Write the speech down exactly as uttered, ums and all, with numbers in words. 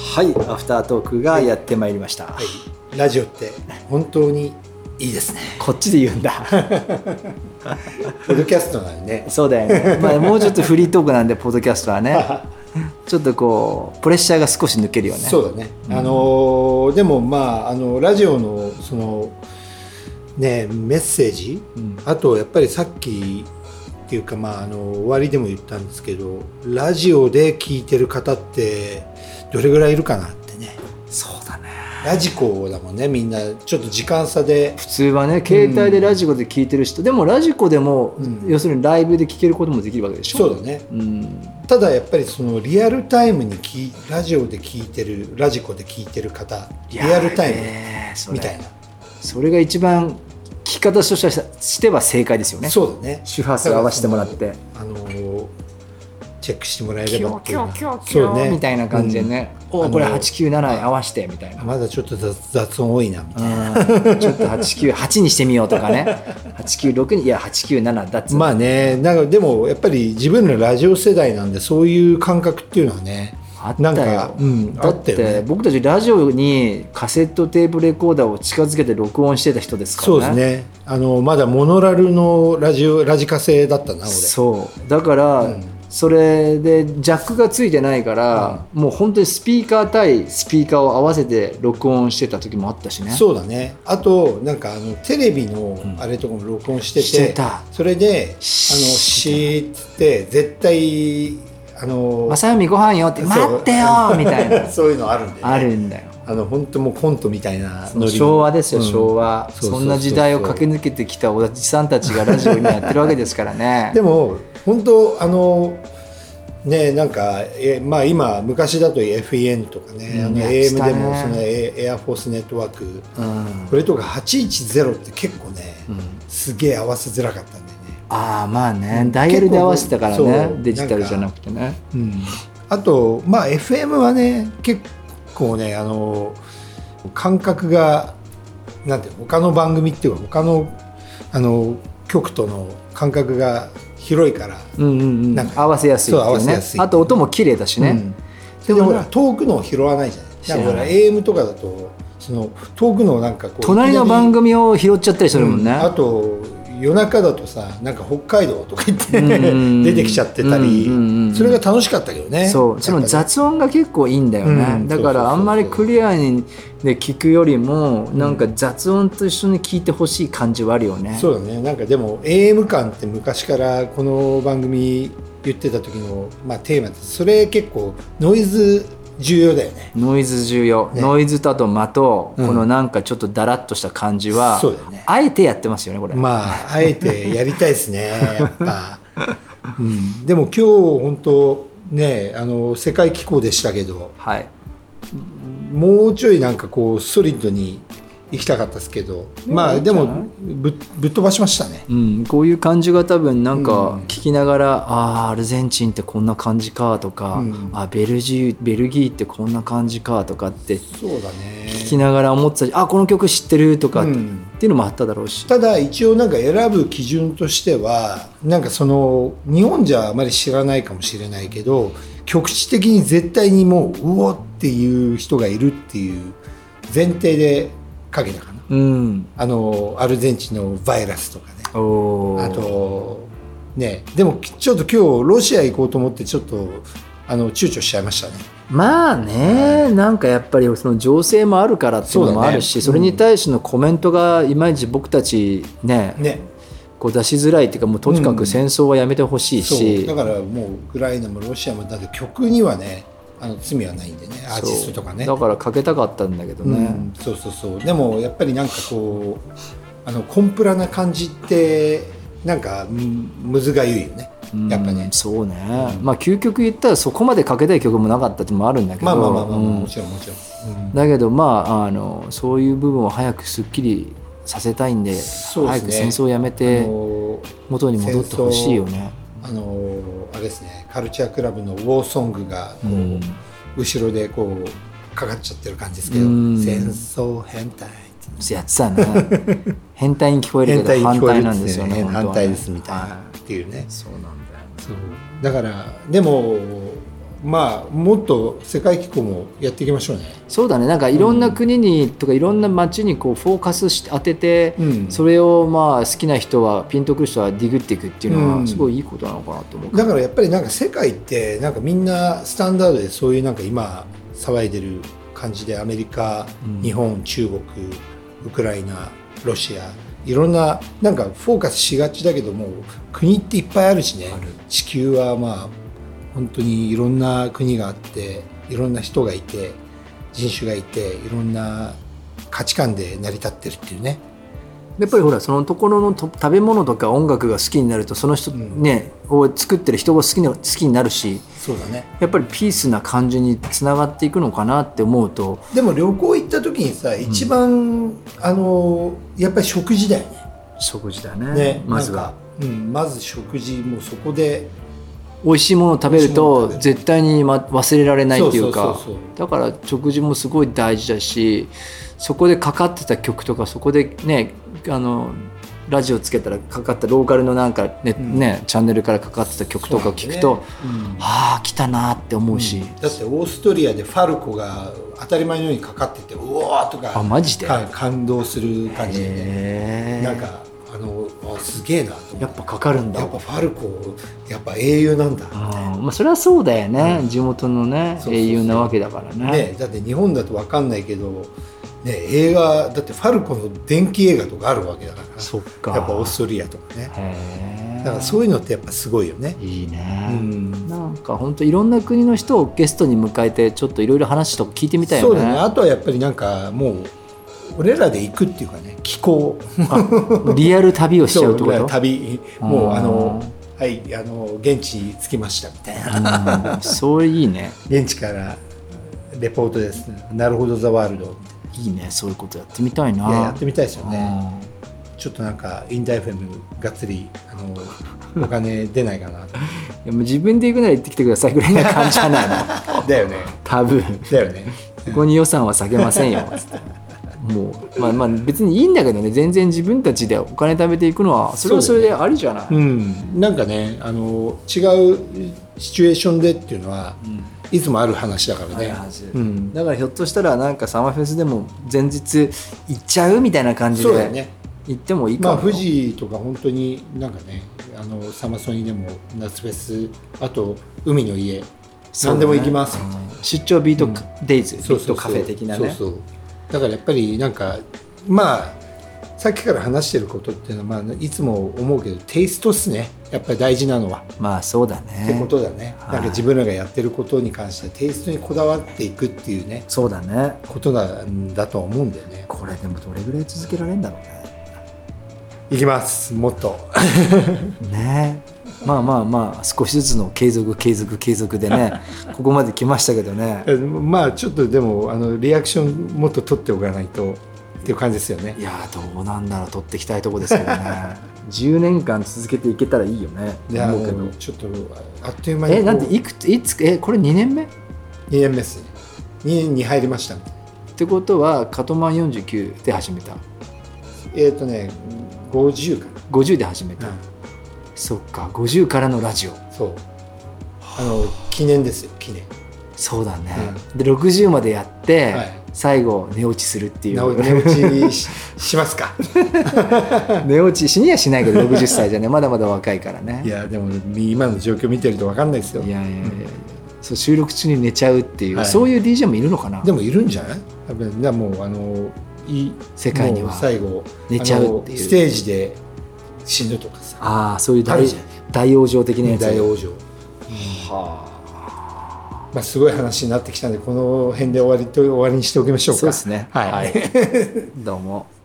はい、アフタートークがやってまいりました、はいはい、ラジオって本当にいいですね。 こっちで言うんだポッドキャストなんでね。 そうだよね、まあ、もうちょっとフリートークなんでポッドキャストはねちょっとこうプレッシャーが少し抜けるよね。 そうだね、うん、あのでもまああのラジオのそのねメッセージ、うん、あとやっぱりさっきっていうかまああの終わりでも言ったんですけど、ラジオで聞いてる方ってどれぐらいいるかなってね。 そうだね、 ラジコだもんね、みんなちょっと時間差で。 普通はね携帯でラジコで聞いてる人、うん、でもラジコでも、うん、要するにライブで聞けることもできるわけでしょ。 そうだね、うん、ただやっぱりそのリアルタイムにきラジオで聞いてるラジコで聞いてる方、リアルタイムみたいな、 それが一番聞き方としては正解ですよね。 そうだね、 周波数を合わせてもらって、 あのー、チェックしてもらえればっていうキョキョキョキョ、ね、みたいな感じでね、うん、おこれはちきゅうなな合わせてみたいな、 まだちょっと 雑, 雑音多いなみたいな、 ちょっとはちきゅうはちにしてみようとかねはちきゅうろくにいやはちきゅうななだっつ。 まあね、なんかでもやっぱり自分のラジオ世代なんでそういう感覚っていうのはねあったよ。 なんか、うん、 だって僕たちラジオにカセットテープレコーダーを近づけて録音してた人ですからね。 そうですね、あのまだモノラルのラジオラジカセだったな俺。 そうだから、うん、それでジャックがついてないから、うん、もう本当にスピーカー対スピーカーを合わせて録音してた時もあったしね。 そうだね、あとなんかあのテレビのあれとかも録音してて、うん、してた。それであのシーって絶対あのまさよみご飯よって待ってよみたいなそういうのあるんで、ね、 あるんだよ。 あの本当もうコントみたいなノリ、 昭和ですよ、うん、昭和。そんな時代を駆け抜けてきたおじさんたちがラジオにやってるわけですからねでも本当あのね、なんかえ、まあ、今昔だと エフイーエヌ とかね、うん、あの エーエム でもそのエ, エアフォースネットワーク、うん、これとかはちいちゼロって結構ね、うん、すげえ合わせづらかったんだよね。 ああまあね、ダイヤルで合わせたからね、デジタルじゃなくてね、 うん、あとまあ エフエム はね結構ねあの感覚がなんていうの、他の番組っていうか他のあの局との感覚が広いから、うんうんうん、なんか合わせやすいっていうね。あと音も綺麗だしね、うん、 でもほら遠くのを拾わないじゃない。だから エーエム とかだとその遠くのなんかこう隣の番組を拾っちゃったりするもんね、うん、 あと夜中だとさなんか北海道とか言って出てきちゃってたり、それが楽しかったけどね。 そうその雑音が結構いいんだよね、うん、だからあんまりクリアにで聞くよりもなんか雑音と一緒に聞いてほしい感じはあるよね、うん、 そうだね。なんかでも エーエム 感って昔からこの番組言ってた時の、まあ、テーマってそれ結構ノイズ重要だよね。 ノイズ重要、ね、ノイズとあと間と、うん、このなんかちょっとダラッとした感じは、そうだよね、あえてやってますよねこれ。 まああえてやりたいですねやっぱ、うん、でも今日本当ねあの世界気候でしたけど、はい、もうちょいなんかこうソリッドに行きたかったですけど、まあでも ぶ, ぶっ飛ばしましたね、 うん、こういう感じが多分なんか聞きながら、うん、ああアルゼンチンってこんな感じかとか、うん、あベルジーベルギーってこんな感じかとかってそうだね聞きながら思ってたし、あこの曲知ってるとかっていうのもあっただろうし、 うん、ただ一応なんか選ぶ基準としてはなんかその日本じゃあまり知らないかもしれないけど局地的に絶対にもううおっていう人がいるっていう前提でかけたかな、うん、あのアルゼンチンのバイラスとかね、おあとねでもちょっと今日ロシア行こうと思ってちょっとあの躊躇しちゃいましたね。 まあね、はい、なんかやっぱりその情勢もあるからっていうのもあるし そ,、ねうん、それに対してのコメントがいまいち僕たち ね, ねこう出しづらいっていうかもうとにかく戦争はやめてほしいし、 うん、そうだからもうウクライナもロシアもだって曲にはねあの罪はないんでねアーティストとかね。 だからかけたかったんだけどね、うん、 そうそうそう。でもやっぱりなんかこうあのコンプラな感じってなんかむずがゆいよねやっぱね、 うん、そうね、うん、まあ究極言ったらそこまでかけたい曲もなかったってのもあるんだけど、 まあまあまあまあ、うん、もちろんもちろん、うん、 だけどまああのそういう部分を早くすっきりさせたいんで、そうですね、早く戦争をやめて元に戻ってほしいよね。 あのあれですね、カルチャークラブのウォーソングがこう、うん、後ろでこうかかっちゃってる感じですけど、戦争変態やってたね変態に聞こえるけど反対なんですよね。 反対ですみたいなっていうね、そうなんだよね。そうだからでもまあもっと世界機構もやっていきましょうね。 そうだね、なんかいろんな国に、うん、とかいろんな街にこうフォーカスして当てて、うん、それをまあ好きな人はピンとくる人はディグっていくっていうのはすごいいいことなのかなと思う、うん、 だからやっぱりなんか世界ってなんかみんなスタンダードでそういうなんか今騒いでる感じでアメリカ、うん、日本、中国、ウクライナ、ロシアいろんななんかフォーカスしがちだけども国っていっぱいあるしね。地球はまあ本当にいろんな国があっていろんな人がいて人種がいていろんな価値観で成り立ってるっていうね。 やっぱりほらそのところの食べ物とか音楽が好きになるとその人、ねうん、を作ってる人が好きな好きになるし、 そうだね、 やっぱりピースな感じにつながっていくのかなって思うと。 でも旅行行った時にさ、うん、一番あのやっぱり食事だよね。 食事だ ね, ねまずは、 うん、まず食事もうそこで美味しいものを食べると絶対に忘れられないっていうか、だから食事もすごい大事だし、そこでかかってた曲とかそこでねあのラジオつけたらかかったローカルのなんか ね,、うんね、チャンネルからかかってた曲とかを聞くと、ねうん、ああ来たなって思うし、うん、 だってオーストリアでファルコが当たり前のようにかかっててうおーとかあマジで感動する感じで、ね、なんかあのあすげえなとやっぱかかるんだ。 やっぱファルコやっぱ英雄なんだって。 あ、まあ、それはそうだよね、うん、地元のねそうそうそう英雄なわけだから ね, ねだって日本だと分かんないけどね、映画だってファルコの電気映画とかあるわけだから。 そっかやっぱオーストリアとかね。へだからそういうのってやっぱすごいよね。 いいね、うん、なんか本当いろんな国の人をゲストに迎えてちょっといろいろ話とか聞いてみたいよね。 そうだね。あとはやっぱりなんかもう俺らで行くっていうかね気候リアル旅をしちゃうってこと。 旅もうあのはいあの現地に着きましたみたいな、 うん、そういいね。 現地からレポートです、ね、なるほどザワールドいいね。そういうことやってみたいな。 いややってみたいですよね。ちょっとなんかインターフェムがっつりあのお金出ないかなといやもう自分で行くなら行ってきてくださいぐらいな感じじゃないのだよね多分だよねここに予算は下げませんよつってもうまあまあ別にいいんだけどね全然自分たちでお金貯めていくのはそれはそれでありじゃない。 う、ねうん、なんかねあの違うシチュエーションでっていうのは、うんいつもある話だからね、 うん、だからひょっとしたらなんかサマーフェスでも前日行っちゃうみたいな感じで行ってもいいかも、 まあ、富士とか本当になんかねあのサマソニでも夏フェスあと海の家、ね、何でも行きます、うん、 出張ビートデイズ、うん、ビートカフェ的なね。 そうそうだからやっぱりなんかまあさっきから話してることっていうのは、まあ、いつも思うけどテイストっすねやっぱり大事なのは。 まあそうだねってことだね、はい、なんか自分らがやってることに関してテイストにこだわっていくっていうねそうだねことなんだと思うんだよね。 これでもどれぐらい続けられるんだろうね。 いきますもっとねまあまあまあ少しずつの継続継続継続でねここまで来ましたけどねまあちょっとでもあのリアクションもっと取っておかないとっていう感じですよね。 いやどうなんだろう取っていきたいところですけどねじゅうねんかん続けていけたらいいよね。 いや思うけどちょっとあっという間にえなんでいくついつえこれにねんめにねんめですね。にねんに入りましたってことはカトマンよんじゅうきゅうで始めた。 えっ、ー、とねごじゅうかなごじゅうで始めた、うん、そっかごじゅうからのラジオ。 そうあの記念ですよ記念。 そうだね、うん、でろくじゅうまでやって、はい、最後寝落ちするっていう寝落ち し, しますか寝落ちしにはしないけどろくじゅっさいじゃねまだまだ若いからね。 いやでも今の状況見てると分かんないですよ。 いやいやいや、うん、そう収録中に寝ちゃうっていう、はい、そういう ディージェー もいるのかな。 でもいるんじゃない。多分もうあのいい世界には最後寝ちゃうっていうステージで死ぬとかさああそういう 大, 大往生的なやつ。 大往生、うん、はあまあ、すごい話になってきたのでこの辺で終わりと終わりにしておきましょうか。 そうですね、 はい、はい、 どうも。